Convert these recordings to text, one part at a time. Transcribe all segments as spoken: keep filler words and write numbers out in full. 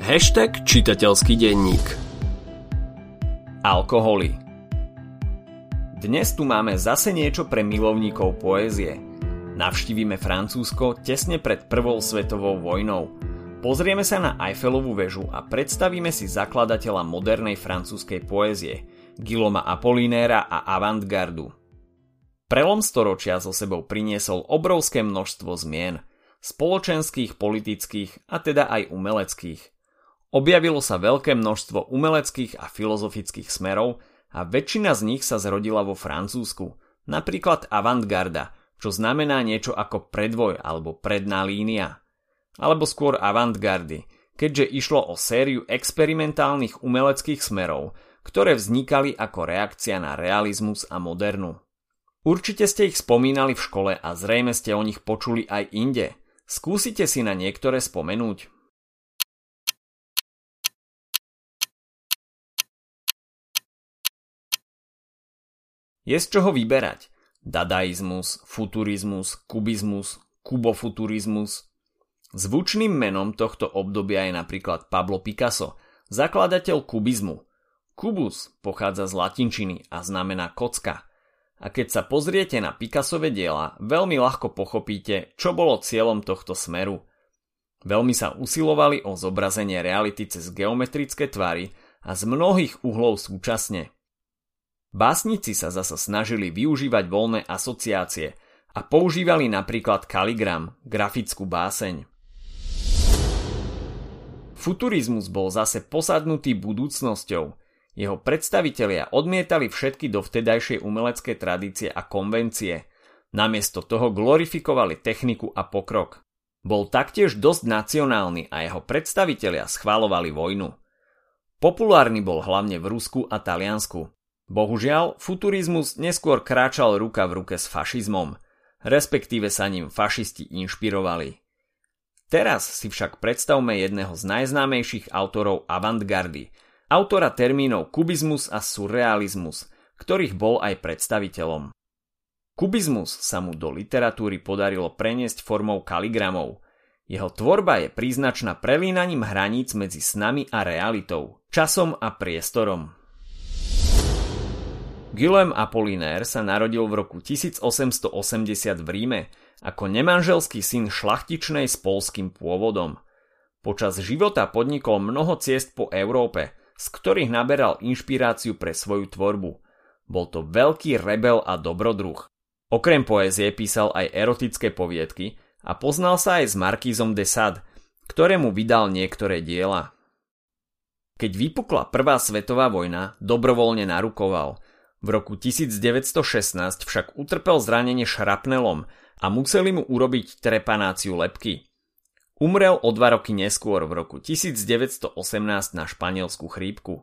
Hashtag čitateľský denník. Alkoholy. Dnes tu máme zase niečo pre milovníkov poézie. Navštívime Francúzsko tesne pred prvou svetovou vojnou. Pozrieme sa na Eiffelovú väžu a predstavíme si zakladateľa modernej francúzskej poézie, Guillauma Apollinaira a avantgardu. Prelom storočia so sebou priniesol obrovské množstvo zmien, spoločenských, politických a teda aj umeleckých. Objavilo sa veľké množstvo umeleckých a filozofických smerov a väčšina z nich sa zrodila vo Francúzsku, napríklad avantgarda, čo znamená niečo ako predvoj alebo predná línia, alebo skôr avantgardy, keďže išlo o sériu experimentálnych umeleckých smerov, ktoré vznikali ako reakcia na realizmus a modernu. Určite ste ich spomínali v škole a zrejme ste o nich počuli aj inde. Skúsite si na niektoré spomenúť. Je z čoho vyberať. Dadaizmus, futurizmus, kubizmus, kubofuturizmus. Zvučným menom tohto obdobia je napríklad Pablo Picasso, zakladateľ kubizmu. Kubus pochádza z latinčiny a znamená kocka. A keď sa pozriete na Picassove diela, veľmi ľahko pochopíte, čo bolo cieľom tohto smeru. Veľmi sa usilovali o zobrazenie reality cez geometrické tvary a z mnohých uhlov súčasne. Básnici sa zasa snažili využívať voľné asociácie a používali napríklad kaligram, grafickú báseň. Futurizmus bol zase posadnutý budúcnosťou. Jeho predstavitelia odmietali všetky dovtedajšie umelecké tradície a konvencie. Namiesto toho glorifikovali techniku a pokrok. Bol taktiež dosť nacionálny a jeho predstavitelia schvaľovali vojnu. Populárny bol hlavne v Rusku a Taliansku. Bohužiaľ, futurizmus neskôr kráčal ruka v ruke s fašizmom, respektíve sa ním fašisti inšpirovali. Teraz si však predstavme jedného z najznámejších autorov avantgardy, autora termínov kubizmus a surrealizmus, ktorých bol aj predstaviteľom. Kubizmus sa mu do literatúry podarilo preniesť formou kaligramov. Jeho tvorba je príznačná prelínaním hraníc medzi snami a realitou, časom a priestorom. Guillaume Apollinaire sa narodil v roku tisícosemstoosemdesiat v Ríme ako nemanželský syn šlachtičnej s poľským pôvodom. Počas života podnikol mnoho ciest po Európe, z ktorých naberal inšpiráciu pre svoju tvorbu. Bol to veľký rebel a dobrodruh. Okrem poézie písal aj erotické poviedky a poznal sa aj s Markízom de Sade, ktorému vydal niektoré diela. Keď vypukla prvá svetová vojna, dobrovoľne narukoval. V roku tisícdeväťstošestnásť však utrpel zranenie šrapnelom a museli mu urobiť trepanáciu lebky. Umrel o dva roky neskôr v roku tisícdeväťstoosemnásť na španielsku chrípku.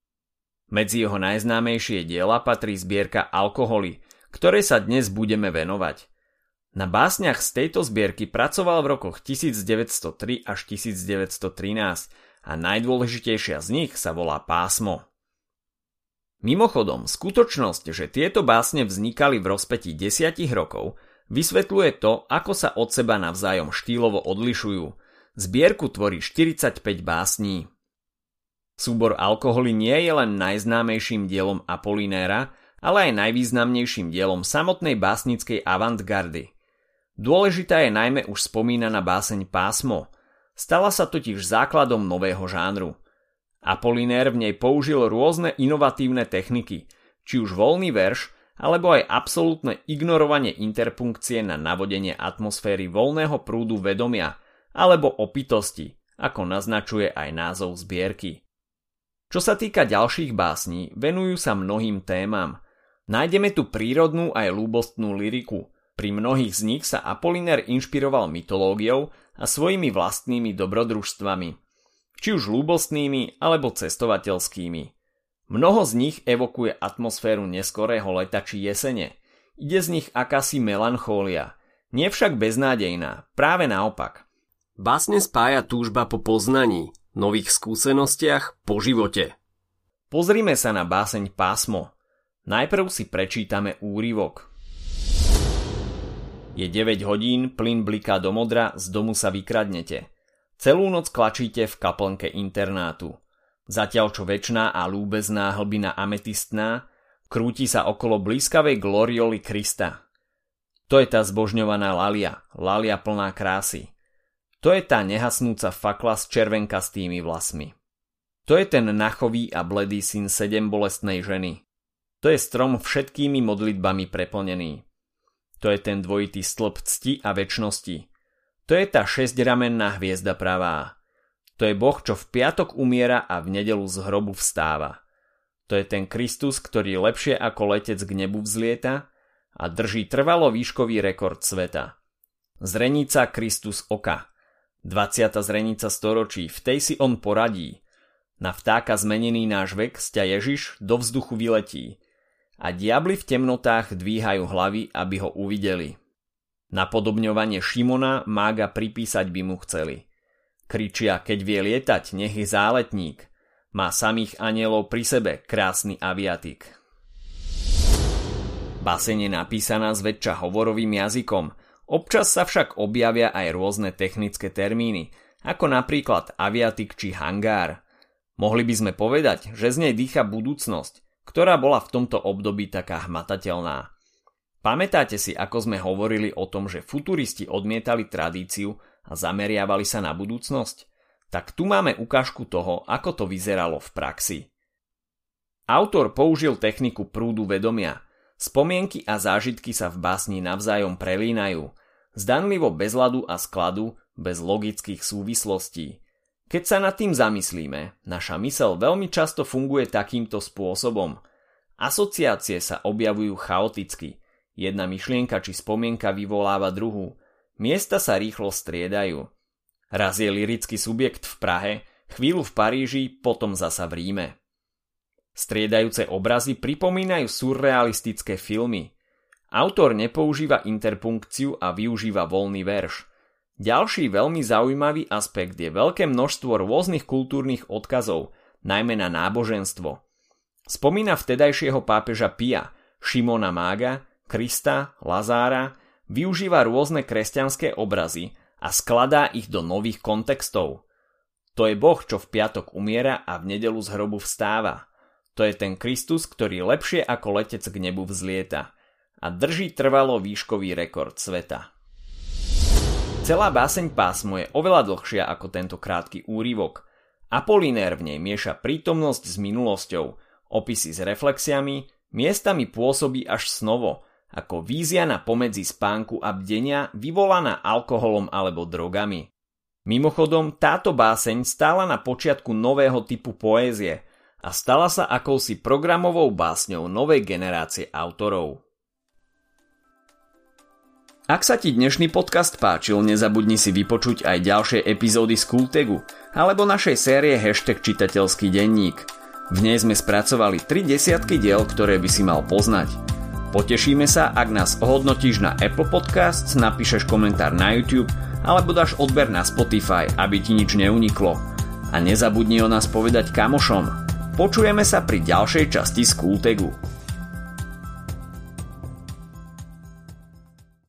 Medzi jeho najznámejšie diela patrí zbierka Alkoholy, ktorej sa dnes budeme venovať. Na básniach z tejto zbierky pracoval v rokoch tisícdeväťstotri až tisícdeväťstotrinásť a najdôležitejšia z nich sa volá Pásmo. Mimochodom, skutočnosť, že tieto básne vznikali v rozpätí desiatich rokov, vysvetľuje to, ako sa od seba navzájom štýlovo odlišujú. Zbierku tvorí štyridsaťpäť básní. Súbor Alkoholy nie je len najznámejším dielom Apollinaira, ale aj najvýznamnejším dielom samotnej básnickej avantgardy. Dôležitá je najmä už spomínaná báseň Pásmo. Stala sa totiž základom nového žánru. Apollinaire v nej použil rôzne inovatívne techniky, či už voľný verš, alebo aj absolútne ignorovanie interpunkcie na navodenie atmosféry voľného prúdu vedomia, alebo opitosti, ako naznačuje aj názov zbierky. Čo sa týka ďalších básní, venujú sa mnohým témam. Nájdeme tu prírodnú aj ľúbostnú lyriku. Pri mnohých z nich sa Apollinaire inšpiroval mytológiou a svojimi vlastnými dobrodružstvami, či už ľúbostnými alebo cestovateľskými. Mnoho z nich evokuje atmosféru neskorého leta či jesene. Ide z nich akási melanchólia, nie však beznádejná, práve naopak. Básne spája túžba po poznaní, nových skúsenostiach, po živote. Pozrime sa na báseň Pásmo. Najprv si prečítame úryvok. Je deväť hodín, plyn bliká do modra, z domu sa vykradnete. Celú noc klačíte v kaplnke internátu. Zatiaľ čo večná a ľúbezná hlbina ametistná krúti sa okolo blízkavej glorioli Krista. To je tá zbožňovaná lalia, lalia plná krásy. To je tá nehasnúca fakla s červenkastými vlasmi. To je ten nachový a bledý syn sedem bolestnej ženy. To je strom všetkými modlitbami preplnený. To je ten dvojitý stĺp cti a večnosti. To je tá šesťramenná hviezda pravá. To je Boh, čo v piatok umiera a v nedeľu z hrobu vstáva. To je ten Kristus, ktorý lepšie ako letec k nebu vzlieta a drží trvalo výškový rekord sveta. Zrenica Kristus oka. dvadsiata zrenica storočí, v tej si on poradí. Na vtáka zmenený náš vek sťa Ježiš do vzduchu vyletí. A diabli v temnotách dvíhajú hlavy, aby ho uvideli. Napodobňovanie Šimona mága pripísať by mu chceli. Kričia, keď vie lietať, nech je záletník. Má samých anielov pri sebe, krásny aviatik. Báseň je napísaná zväčša hovorovým jazykom, občas sa však objavia aj rôzne technické termíny, ako napríklad aviatik či hangár. Mohli by sme povedať, že z nej dýcha budúcnosť, ktorá bola v tomto období taká hmatateľná. Pamätáte si, ako sme hovorili o tom, že futuristi odmietali tradíciu a zameriavali sa na budúcnosť? Tak tu máme ukážku toho, ako to vyzeralo v praxi. Autor použil techniku prúdu vedomia. Spomienky a zážitky sa v básni navzájom prelínajú, zdanlivo bez ľadu a skladu, bez logických súvislostí. Keď sa nad tým zamyslíme, naša myseľ veľmi často funguje takýmto spôsobom. Asociácie sa objavujú chaoticky. Jedna myšlienka či spomienka vyvoláva druhú. Miesta sa rýchlo striedajú. Raz je lyrický subjekt v Prahe, chvíľu v Paríži, potom zasa v Ríme. Striedajúce obrazy pripomínajú surrealistické filmy. Autor nepoužíva interpunkciu a využíva voľný verš. Ďalší veľmi zaujímavý aspekt je veľké množstvo rôznych kultúrnych odkazov, najmä na náboženstvo. Spomína vtedajšieho pápeža Pia, Šimona mága, Krista, Lazára, využíva rôzne kresťanské obrazy a skladá ich do nových kontextov. To je Boh, čo v piatok umiera a v nedeľu z hrobu vstáva. To je ten Kristus, ktorý lepšie ako letec k nebu vzlieta a drží trvalo výškový rekord sveta. Celá báseň Pásmo je oveľa dlhšia ako tento krátky úryvok. Apolinér v nej mieša prítomnosť s minulosťou, opisy s reflexiami, miestami pôsobí až snovo, ako vízia na pomedzi spánku a bdenia vyvolaná alkoholom alebo drogami. Mimochodom, táto báseň stála na počiatku nového typu poézie a stala sa akousi programovou básňou novej generácie autorov. Ak sa ti dnešný podcast páčil, nezabudni si vypočuť aj ďalšie epizódy z Kultegu alebo našej série hashtag čitateľský denník. V nej sme spracovali tri desiatky diel, ktoré by si mal poznať. Potešíme sa, ak nás ohodnotíš na Apple Podcasts, napíšeš komentár na YouTube alebo dáš odber na Spotify, aby ti nič neuniklo. A nezabudni o nás povedať kamošom. Počujeme sa pri ďalšej časti z Kultegu.